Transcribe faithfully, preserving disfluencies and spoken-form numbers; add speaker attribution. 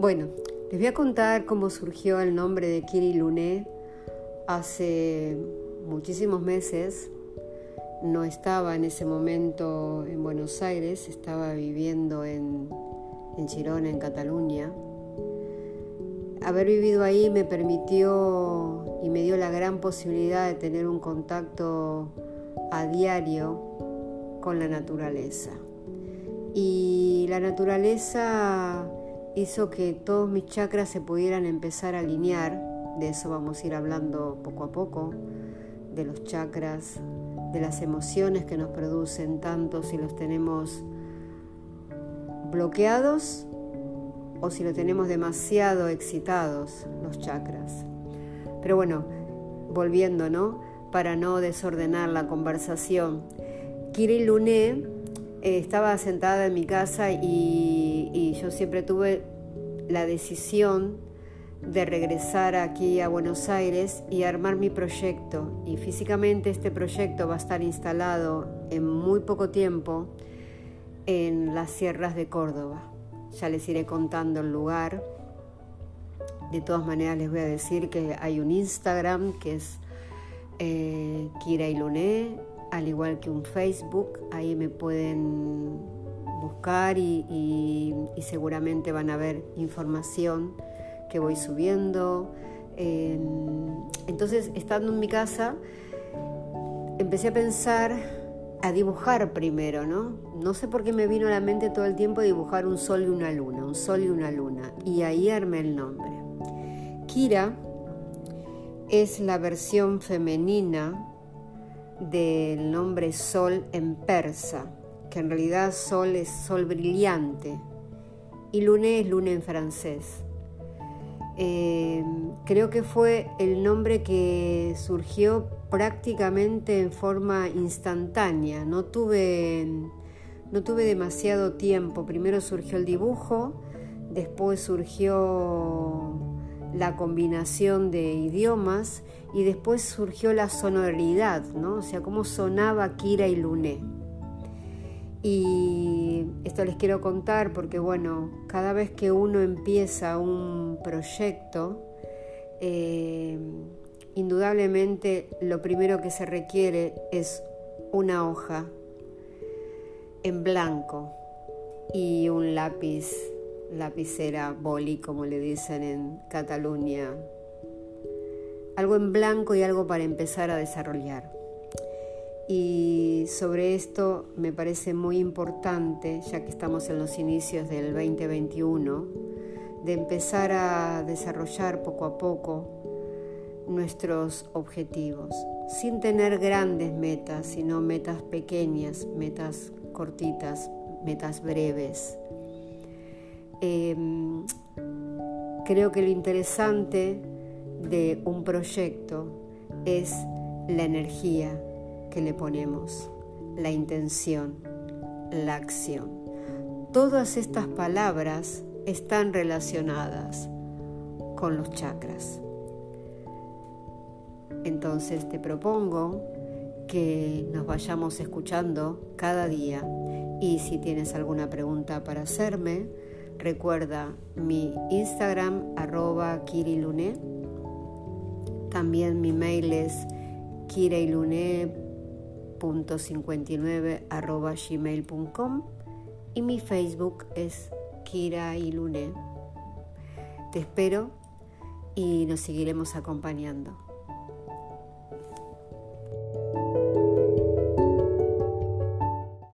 Speaker 1: Bueno, les voy a contar cómo surgió el nombre de Kira y Luné. Hace muchísimos meses, no estaba en ese momento en Buenos Aires, estaba viviendo en, en Girona, en Cataluña. Haber vivido ahí me permitió y me dio la gran posibilidad de tener un contacto a diario con la naturaleza. Y la naturaleza hizo que todos mis chakras se pudieran empezar a alinear. De eso vamos a ir hablando poco a poco, de los chakras, de las emociones que nos producen tanto si los tenemos bloqueados o si los tenemos demasiado excitados, los chakras. Pero bueno, volviendo, ¿no? Para no desordenar la conversación. Kira y Luné eh, estaba sentada en mi casa y, y yo siempre tuve la decisión de regresar aquí a Buenos Aires y armar mi proyecto. Y físicamente este proyecto va a estar instalado en muy poco tiempo en las sierras de Córdoba. Ya les iré contando el lugar. De todas maneras les voy a decir que hay un Instagram que es eh, Kira y Luné, al igual que un Facebook. Ahí me pueden buscar y, y, y seguramente van a ver información que voy subiendo. Eh, entonces, estando en mi casa, empecé a pensar, a dibujar primero, ¿no? No sé por qué me vino a la mente todo el tiempo dibujar un sol y una luna, un sol y una luna. Y ahí armé el nombre. Kira es la versión femenina del nombre sol en persa, que en realidad sol es sol brillante y luné es luna en francés. Eh, creo que fue el nombre que surgió prácticamente en forma instantánea. No tuve, no tuve demasiado tiempo. Primero surgió el dibujo, después surgió la combinación de idiomas y después surgió la sonoridad, ¿no? O sea, cómo sonaba Kira y Luné. Y esto les quiero contar porque, bueno, cada vez que uno empieza un proyecto, eh, indudablemente lo primero que se requiere es una hoja en blanco y un lápiz, lapicera, boli, como le dicen en Cataluña. Algo en blanco y algo para empezar a desarrollar. Y sobre esto me parece muy importante, ya que estamos en los inicios del veinte veintiuno, de empezar a desarrollar poco a poco nuestros objetivos, sin tener grandes metas, sino metas pequeñas, metas cortitas, metas breves. Eh, creo que lo interesante de un proyecto es la energía que le ponemos, la intención, la acción. Todas estas palabras están relacionadas con los chakras. Entonces te propongo que nos vayamos escuchando cada día y si tienes alguna pregunta para hacerme, recuerda mi Instagram arroba kiriluné. También mi mail es kirailuné punto cincuenta y nueve arroba gmail punto com y mi Facebook es Kira y Luné. Te espero y nos seguiremos acompañando.